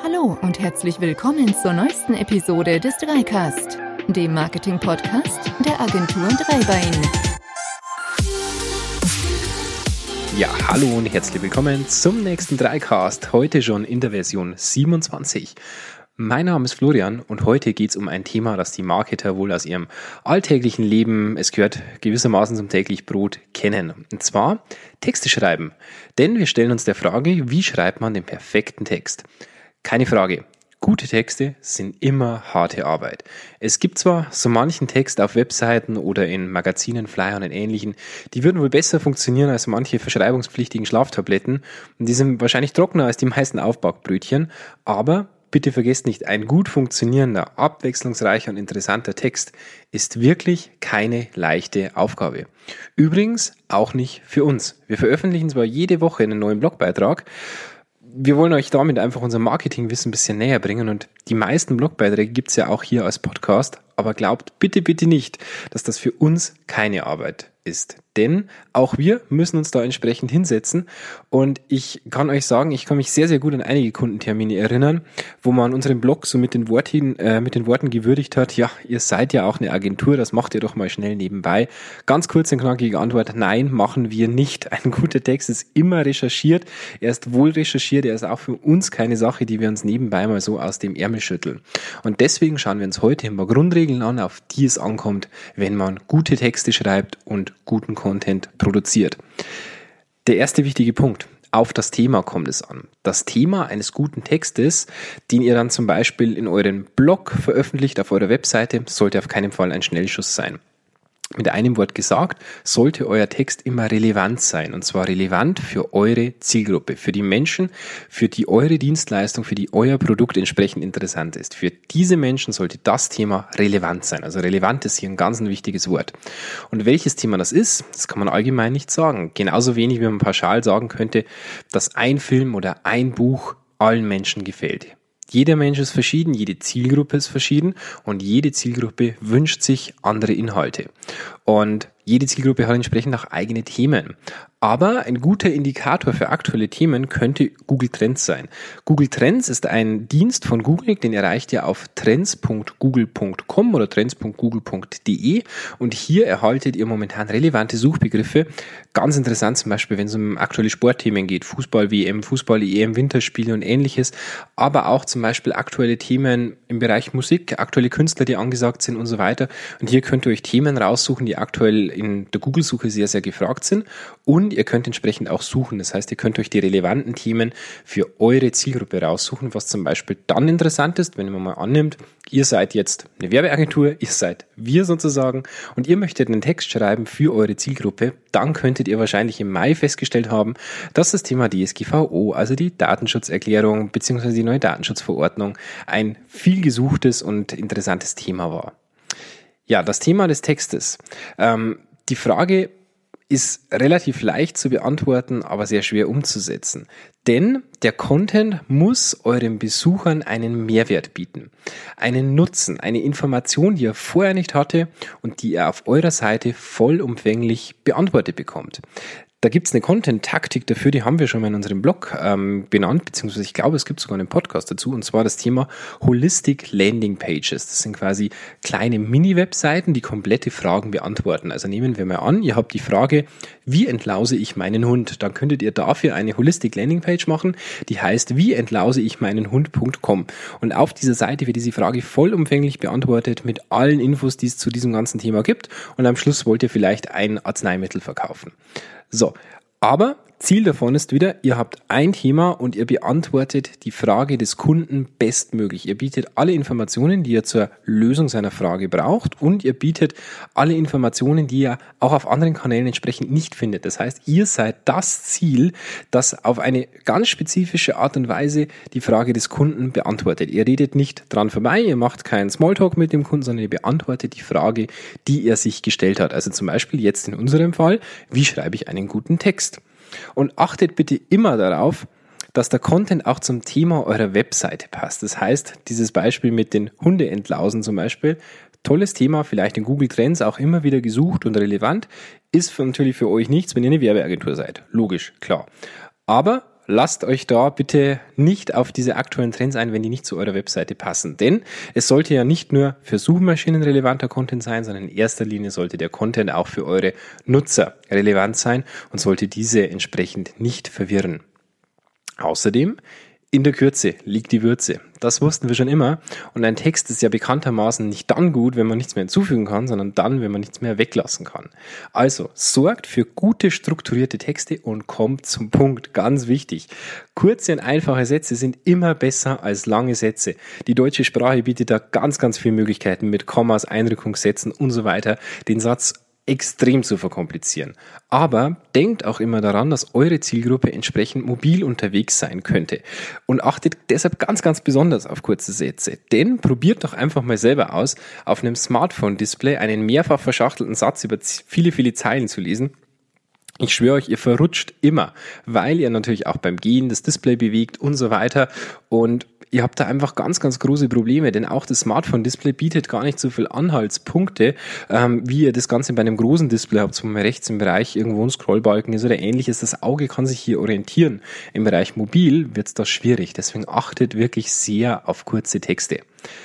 Hallo und herzlich willkommen zur neuesten Episode des Dreicast, dem Marketing-Podcast der Agentur Dreibein. Ja, hallo und herzlich willkommen zum nächsten Dreicast, heute schon in der Version 27. Mein Name ist Florian und heute geht es um ein Thema, das die Marketer wohl aus ihrem alltäglichen Leben, es gehört gewissermaßen zum täglichen Brot, kennen. Und zwar Texte schreiben. Denn wir stellen uns der Frage, wie schreibt man den perfekten Text? Keine Frage. Gute Texte sind immer harte Arbeit. Es gibt zwar so manchen Text auf Webseiten oder in Magazinen, Flyern und Ähnlichen, die würden wohl besser funktionieren als manche verschreibungspflichtigen Schlaftabletten und die sind wahrscheinlich trockener als die meisten Aufbackbrötchen, aber bitte vergesst nicht, ein gut funktionierender, abwechslungsreicher und interessanter Text ist wirklich keine leichte Aufgabe. Übrigens auch nicht für uns. Wir veröffentlichen zwar jede Woche einen neuen Blogbeitrag, wir wollen euch damit einfach unser Marketingwissen ein bisschen näher bringen und die meisten Blogbeiträge gibt's ja auch hier als Podcast, aber glaubt bitte, bitte nicht, dass das für uns keine Arbeit ist. Denn auch wir müssen uns da entsprechend hinsetzen und ich kann euch sagen, ich kann mich sehr, sehr gut an einige Kundentermine erinnern, wo man unseren Blog so mit den Worten gewürdigt hat, ja, ihr seid ja auch eine Agentur, das macht ihr doch mal schnell nebenbei. Ganz kurz und knackige Antwort, nein, machen wir nicht. Ein guter Text ist immer recherchiert, er ist wohl recherchiert, er ist auch für uns keine Sache, die wir uns nebenbei mal so aus dem Ärmel schütteln. Und deswegen schauen wir uns heute ein paar Grundregeln an, auf die es ankommt, wenn man gute Texte schreibt und guten Content produziert. Der erste wichtige Punkt. Auf das Thema kommt es an. Das Thema eines guten Textes, den ihr dann zum Beispiel in euren Blog veröffentlicht, auf eurer Webseite, sollte auf keinen Fall ein Schnellschuss sein. Mit einem Wort gesagt, sollte euer Text immer relevant sein. Und zwar relevant für eure Zielgruppe, für die Menschen, für die eure Dienstleistung, für die euer Produkt entsprechend interessant ist. Für diese Menschen sollte das Thema relevant sein. Also relevant ist hier ein ganz wichtiges Wort. Und welches Thema das ist, das kann man allgemein nicht sagen. Genauso wenig, wie man pauschal sagen könnte, dass ein Film oder ein Buch allen Menschen gefällt. Jeder Mensch ist verschieden, jede Zielgruppe ist verschieden und jede Zielgruppe wünscht sich andere Inhalte. Und jede Zielgruppe hat entsprechend auch eigene Themen. Aber ein guter Indikator für aktuelle Themen könnte Google Trends sein. Google Trends ist ein Dienst von Google, den erreicht ihr auf trends.google.com oder trends.google.de und hier erhaltet ihr momentan relevante Suchbegriffe. Ganz interessant zum Beispiel, wenn es um aktuelle Sportthemen geht, Fußball-WM, Fußball-EM, Winterspiele und ähnliches, aber auch zum Beispiel aktuelle Themen im Bereich Musik, aktuelle Künstler, die angesagt sind und so weiter. Und hier könnt ihr euch Themen raussuchen, die aktuell in der Google-Suche sehr, sehr gefragt sind und ihr könnt entsprechend auch suchen. Das heißt, ihr könnt euch die relevanten Themen für eure Zielgruppe raussuchen, was zum Beispiel dann interessant ist, wenn man mal annimmt, ihr seid jetzt eine Werbeagentur, ihr seid wir sozusagen und ihr möchtet einen Text schreiben für eure Zielgruppe, dann könntet ihr wahrscheinlich im Mai festgestellt haben, dass das Thema DSGVO, also die Datenschutzerklärung bzw. die neue Datenschutzverordnung, ein viel gesuchtes und interessantes Thema war. Ja, das Thema des Textes. Die Frage ist relativ leicht zu beantworten, aber sehr schwer umzusetzen. Denn der Content muss euren Besuchern einen Mehrwert bieten. Einen Nutzen, eine Information, die er vorher nicht hatte und die er auf eurer Seite vollumfänglich beantwortet bekommt. Da gibt's eine Content-Taktik dafür, die haben wir schon mal in unserem Blog benannt, beziehungsweise ich glaube, es gibt sogar einen Podcast dazu, und zwar das Thema Holistic Landing Pages. Das sind quasi kleine Mini-Webseiten, die komplette Fragen beantworten. Also nehmen wir mal an, ihr habt die Frage, wie entlause ich meinen Hund? Dann könntet ihr dafür eine Holistic Landing Page machen, die heißt, wie entlause ich meinen Hund.com. Und auf dieser Seite wird diese Frage vollumfänglich beantwortet mit allen Infos, die es zu diesem ganzen Thema gibt. Und am Schluss wollt ihr vielleicht ein Arzneimittel verkaufen. So, aber Ziel davon ist wieder, ihr habt ein Thema und ihr beantwortet die Frage des Kunden bestmöglich. Ihr bietet alle Informationen, die ihr zur Lösung seiner Frage braucht und ihr bietet alle Informationen, die ihr auch auf anderen Kanälen entsprechend nicht findet. Das heißt, ihr seid das Ziel, das auf eine ganz spezifische Art und Weise die Frage des Kunden beantwortet. Ihr redet nicht dran vorbei, ihr macht keinen Smalltalk mit dem Kunden, sondern ihr beantwortet die Frage, die er sich gestellt hat. Also zum Beispiel jetzt in unserem Fall, wie schreibe ich einen guten Text? Und achtet bitte immer darauf, dass der Content auch zum Thema eurer Webseite passt. Das heißt, dieses Beispiel mit den Hundeentlausen zum Beispiel, tolles Thema, vielleicht in Google Trends auch immer wieder gesucht und relevant, ist natürlich für euch nichts, wenn ihr eine Werbeagentur seid. Logisch, klar. Aber lasst euch da bitte nicht auf diese aktuellen Trends ein, wenn die nicht zu eurer Webseite passen. Denn es sollte ja nicht nur für Suchmaschinen relevanter Content sein, sondern in erster Linie sollte der Content auch für eure Nutzer relevant sein und sollte diese entsprechend nicht verwirren. Außerdem, in der Kürze liegt die Würze. Das wussten wir schon immer. Und ein Text ist ja bekanntermaßen nicht dann gut, wenn man nichts mehr hinzufügen kann, sondern dann, wenn man nichts mehr weglassen kann. Also sorgt für gute, strukturierte Texte und kommt zum Punkt. Ganz wichtig. Kurze und einfache Sätze sind immer besser als lange Sätze. Die deutsche Sprache bietet da ganz, ganz viele Möglichkeiten mit Kommas, Einrückungssätzen und so weiter, den Satz extrem zu verkomplizieren. Aber denkt auch immer daran, dass eure Zielgruppe entsprechend mobil unterwegs sein könnte. Und achtet deshalb ganz, ganz besonders auf kurze Sätze. Denn probiert doch einfach mal selber aus, auf einem Smartphone-Display einen mehrfach verschachtelten Satz über viele, viele Zeilen zu lesen. Ich schwöre euch, ihr verrutscht immer, weil ihr natürlich auch beim Gehen das Display bewegt und so weiter. Und ihr habt da einfach ganz, ganz große Probleme, denn auch das Smartphone-Display bietet gar nicht so viel Anhaltspunkte, wie ihr das Ganze bei einem großen Display habt, wo man rechts im Bereich irgendwo ein Scrollbalken ist oder ähnliches. Das Auge kann sich hier orientieren. Im Bereich mobil wird es da schwierig, deswegen achtet wirklich sehr auf kurze Texte.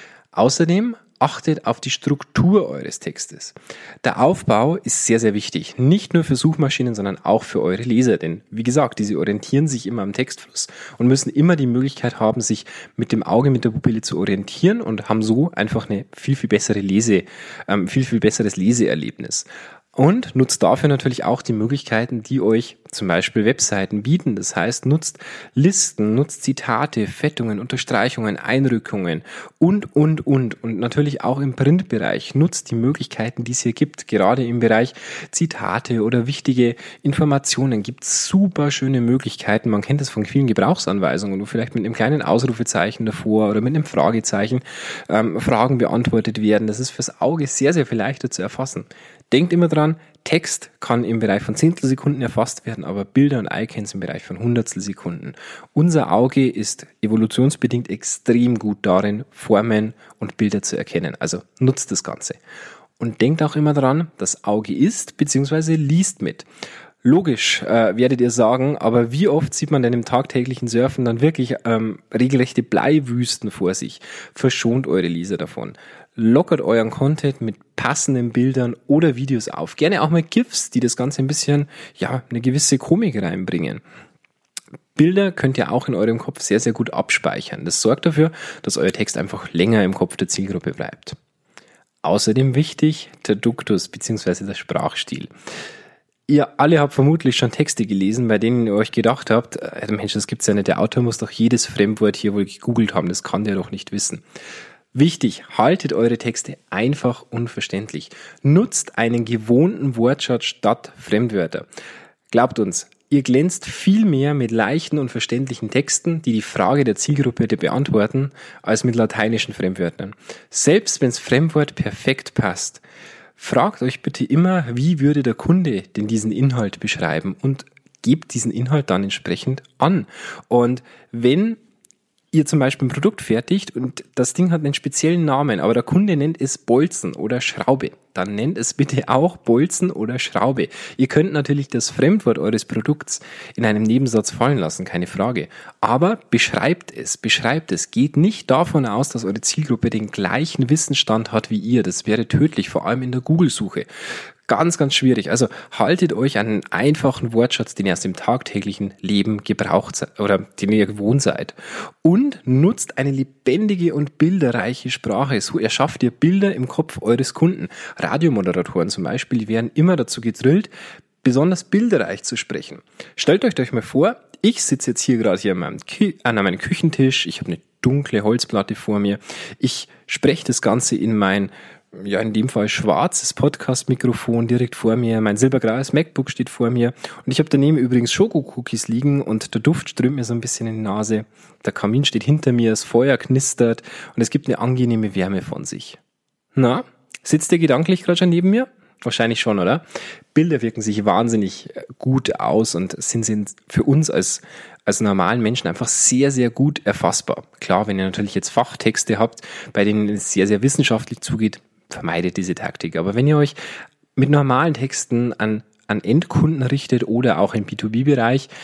Außerdem achtet auf die Struktur eures Textes. Der Aufbau ist sehr, sehr wichtig. Nicht nur für Suchmaschinen, sondern auch für eure Leser. Denn wie gesagt, diese orientieren sich immer am Textfluss und müssen immer die Möglichkeit haben, sich mit dem Auge, mit der Pupille zu orientieren und haben so einfach eine viel, viel bessere viel, viel besseres Leseerlebnis. Und nutzt dafür natürlich auch die Möglichkeiten, die euch zum Beispiel Webseiten bieten. Das heißt, nutzt Listen, nutzt Zitate, Fettungen, Unterstreichungen, Einrückungen und natürlich auch im Printbereich. Nutzt die Möglichkeiten, die es hier gibt. Gerade im Bereich Zitate oder wichtige Informationen gibt es super schöne Möglichkeiten. Man kennt das von vielen Gebrauchsanweisungen, wo vielleicht mit einem kleinen Ausrufezeichen davor oder mit einem Fragezeichen Fragen beantwortet werden. Das ist fürs Auge sehr, sehr viel leichter zu erfassen. Denkt immer dran, Text kann im Bereich von Zehntelsekunden erfasst werden, aber Bilder und Icons im Bereich von Hundertstelsekunden. Unser Auge ist evolutionsbedingt extrem gut darin, Formen und Bilder zu erkennen. Also nutzt das Ganze. Und denkt auch immer dran, das Auge isst bzw. liest mit. Logisch, werdet ihr sagen, aber wie oft sieht man denn im tagtäglichen Surfen dann wirklich regelrechte Bleiwüsten vor sich? Verschont eure Leser davon. Lockert euren Content mit passenden Bildern oder Videos auf. Gerne auch mal GIFs, die das Ganze ein bisschen, eine gewisse Komik reinbringen. Bilder könnt ihr auch in eurem Kopf sehr, sehr gut abspeichern. Das sorgt dafür, dass euer Text einfach länger im Kopf der Zielgruppe bleibt. Außerdem wichtig, der Duktus bzw. der Sprachstil. Ihr alle habt vermutlich schon Texte gelesen, bei denen ihr euch gedacht habt, Mensch, das gibt's ja nicht, der Autor muss doch jedes Fremdwort hier wohl gegoogelt haben, das kann der doch nicht wissen. Wichtig, haltet eure Texte einfach und verständlich. Nutzt einen gewohnten Wortschatz statt Fremdwörter. Glaubt uns, ihr glänzt viel mehr mit leichten und verständlichen Texten, die die Frage der Zielgruppe beantworten, als mit lateinischen Fremdwörtern. Selbst wenn das Fremdwort perfekt passt, fragt euch bitte immer, wie würde der Kunde denn diesen Inhalt beschreiben und gebt diesen Inhalt dann entsprechend an. Und wenn ihr zum Beispiel ein Produkt fertigt und das Ding hat einen speziellen Namen, aber der Kunde nennt es Bolzen oder Schraube, dann nennt es bitte auch Bolzen oder Schraube. Ihr könnt natürlich das Fremdwort eures Produkts in einem Nebensatz fallen lassen, keine Frage. Aber beschreibt es. Geht nicht davon aus, dass eure Zielgruppe den gleichen Wissensstand hat wie ihr. Das wäre tödlich, vor allem in der Google-Suche. Ganz, ganz schwierig. Also haltet euch an einen einfachen Wortschatz, den ihr aus dem tagtäglichen Leben gebraucht oder den ihr gewohnt seid. Und nutzt eine lebendige und bilderreiche Sprache. So erschafft ihr Bilder im Kopf eures Kunden. Radiomoderatoren zum Beispiel, die werden immer dazu gedrillt, besonders bilderreich zu sprechen. Stellt euch mal vor, ich sitze jetzt hier gerade an meinem Küchentisch, ich habe eine dunkle Holzplatte vor mir, ich spreche das Ganze in mein in dem Fall schwarzes Podcast-Mikrofon direkt vor mir, mein silbergraues MacBook steht vor mir und ich habe daneben übrigens Schoko-Cookies liegen und der Duft strömt mir so ein bisschen in die Nase, der Kamin steht hinter mir, das Feuer knistert und es gibt eine angenehme Wärme von sich. Na, sitzt ihr gedanklich gerade schon neben mir? Wahrscheinlich schon, oder? Bilder wirken sich wahnsinnig gut aus und sind für uns als normalen Menschen einfach sehr, sehr gut erfassbar. Klar, wenn ihr natürlich jetzt Fachtexte habt, bei denen es sehr, sehr wissenschaftlich zugeht, vermeidet diese Taktik. Aber wenn ihr euch mit normalen Texten an Endkunden richtet oder auch im B2B-Bereich,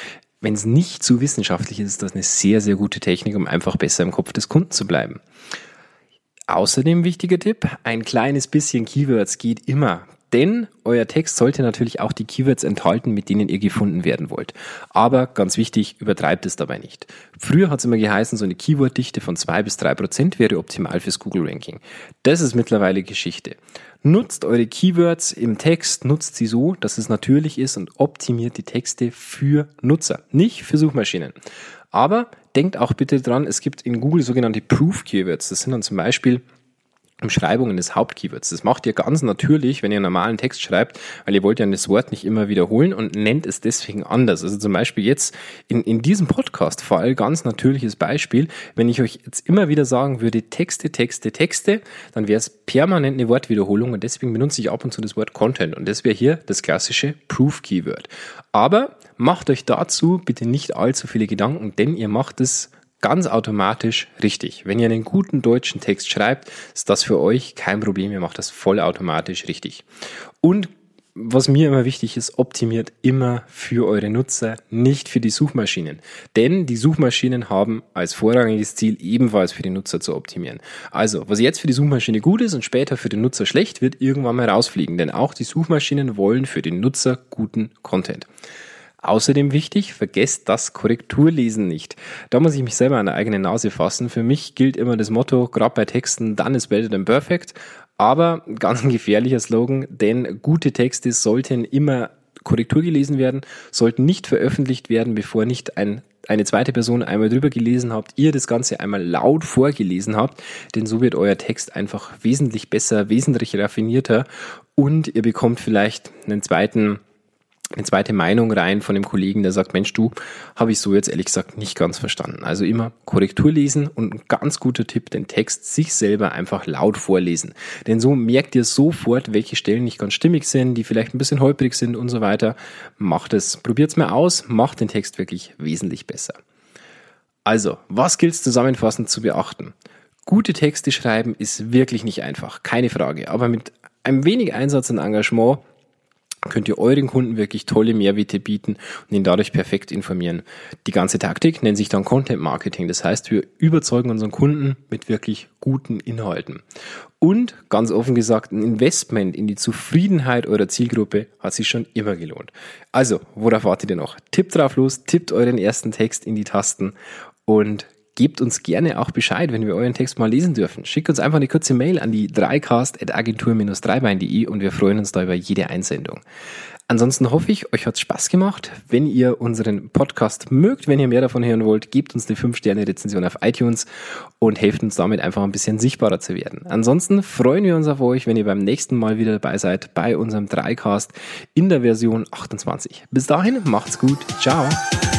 wenn es nicht zu wissenschaftlich ist, ist das eine sehr, sehr gute Technik, um einfach besser im Kopf des Kunden zu bleiben. Außerdem wichtiger Tipp, ein kleines bisschen Keywords geht immer. Denn euer Text sollte natürlich auch die Keywords enthalten, mit denen ihr gefunden werden wollt. Aber ganz wichtig, übertreibt es dabei nicht. Früher hat es immer geheißen, so eine Keyworddichte von 2-3% wäre optimal fürs Google-Ranking. Das ist mittlerweile Geschichte. Nutzt eure Keywords im Text, nutzt sie so, dass es natürlich ist und optimiert die Texte für Nutzer, nicht für Suchmaschinen. Aber denkt auch bitte dran, es gibt in Google sogenannte Proof-Keywords. Das sind dann zum Beispiel Umschreibungen des Hauptkeywords. Das macht ihr ganz natürlich, wenn ihr einen normalen Text schreibt, weil ihr wollt ja das Wort nicht immer wiederholen und nennt es deswegen anders. Also zum Beispiel jetzt in diesem Podcast-Fall, ganz natürliches Beispiel, wenn ich euch jetzt immer wieder sagen würde, Texte, dann wäre es permanent eine Wortwiederholung und deswegen benutze ich ab und zu das Wort Content und das wäre hier das klassische Proof-Keyword. Aber macht euch dazu bitte nicht allzu viele Gedanken, denn ihr macht es ganz automatisch richtig. Wenn ihr einen guten deutschen Text schreibt, ist das für euch kein Problem. Ihr macht das vollautomatisch richtig. Und was mir immer wichtig ist, optimiert immer für eure Nutzer, nicht für die Suchmaschinen. Denn die Suchmaschinen haben als vorrangiges Ziel, ebenfalls für die Nutzer zu optimieren. Also, was jetzt für die Suchmaschine gut ist und später für den Nutzer schlecht, wird irgendwann mal rausfliegen. Denn auch die Suchmaschinen wollen für den Nutzer guten Content. Außerdem wichtig, vergesst das Korrekturlesen nicht. Da muss ich mich selber an der eigenen Nase fassen. Für mich gilt immer das Motto, gerade bei Texten, done is better than perfect. Aber ganz ein gefährlicher Slogan, denn gute Texte sollten immer Korrektur gelesen werden, sollten nicht veröffentlicht werden, bevor nicht eine zweite Person einmal drüber gelesen habt, ihr das Ganze einmal laut vorgelesen habt, denn so wird euer Text einfach wesentlich besser, wesentlich raffinierter und ihr bekommt vielleicht eine zweite Meinung rein von dem Kollegen, der sagt, Mensch, du, habe ich so jetzt ehrlich gesagt nicht ganz verstanden. Also immer Korrektur lesen und ein ganz guter Tipp, den Text sich selber einfach laut vorlesen. Denn so merkt ihr sofort, welche Stellen nicht ganz stimmig sind, die vielleicht ein bisschen holprig sind und so weiter. Macht es, probiert's mal aus, macht den Text wirklich wesentlich besser. Also, was gilt es zusammenfassend zu beachten? Gute Texte schreiben ist wirklich nicht einfach, keine Frage. Aber mit ein wenig Einsatz und Engagement könnt ihr euren Kunden wirklich tolle Mehrwerte bieten und ihn dadurch perfekt informieren. Die ganze Taktik nennt sich dann Content Marketing. Das heißt, wir überzeugen unseren Kunden mit wirklich guten Inhalten. Und ganz offen gesagt, ein Investment in die Zufriedenheit eurer Zielgruppe hat sich schon immer gelohnt. Also, worauf wartet ihr noch? Tippt drauf los, tippt euren ersten Text in die Tasten und gebt uns gerne auch Bescheid, wenn wir euren Text mal lesen dürfen. Schickt uns einfach eine kurze Mail an die 3cast@agentur-dreibein.de und wir freuen uns da über jede Einsendung. Ansonsten hoffe ich, euch hat es Spaß gemacht. Wenn ihr unseren Podcast mögt, wenn ihr mehr davon hören wollt, gebt uns eine 5-Sterne-Rezension auf iTunes und helft uns damit einfach ein bisschen sichtbarer zu werden. Ansonsten freuen wir uns auf euch, wenn ihr beim nächsten Mal wieder dabei seid bei unserem 3cast in der Version 28. Bis dahin, macht's gut. Ciao.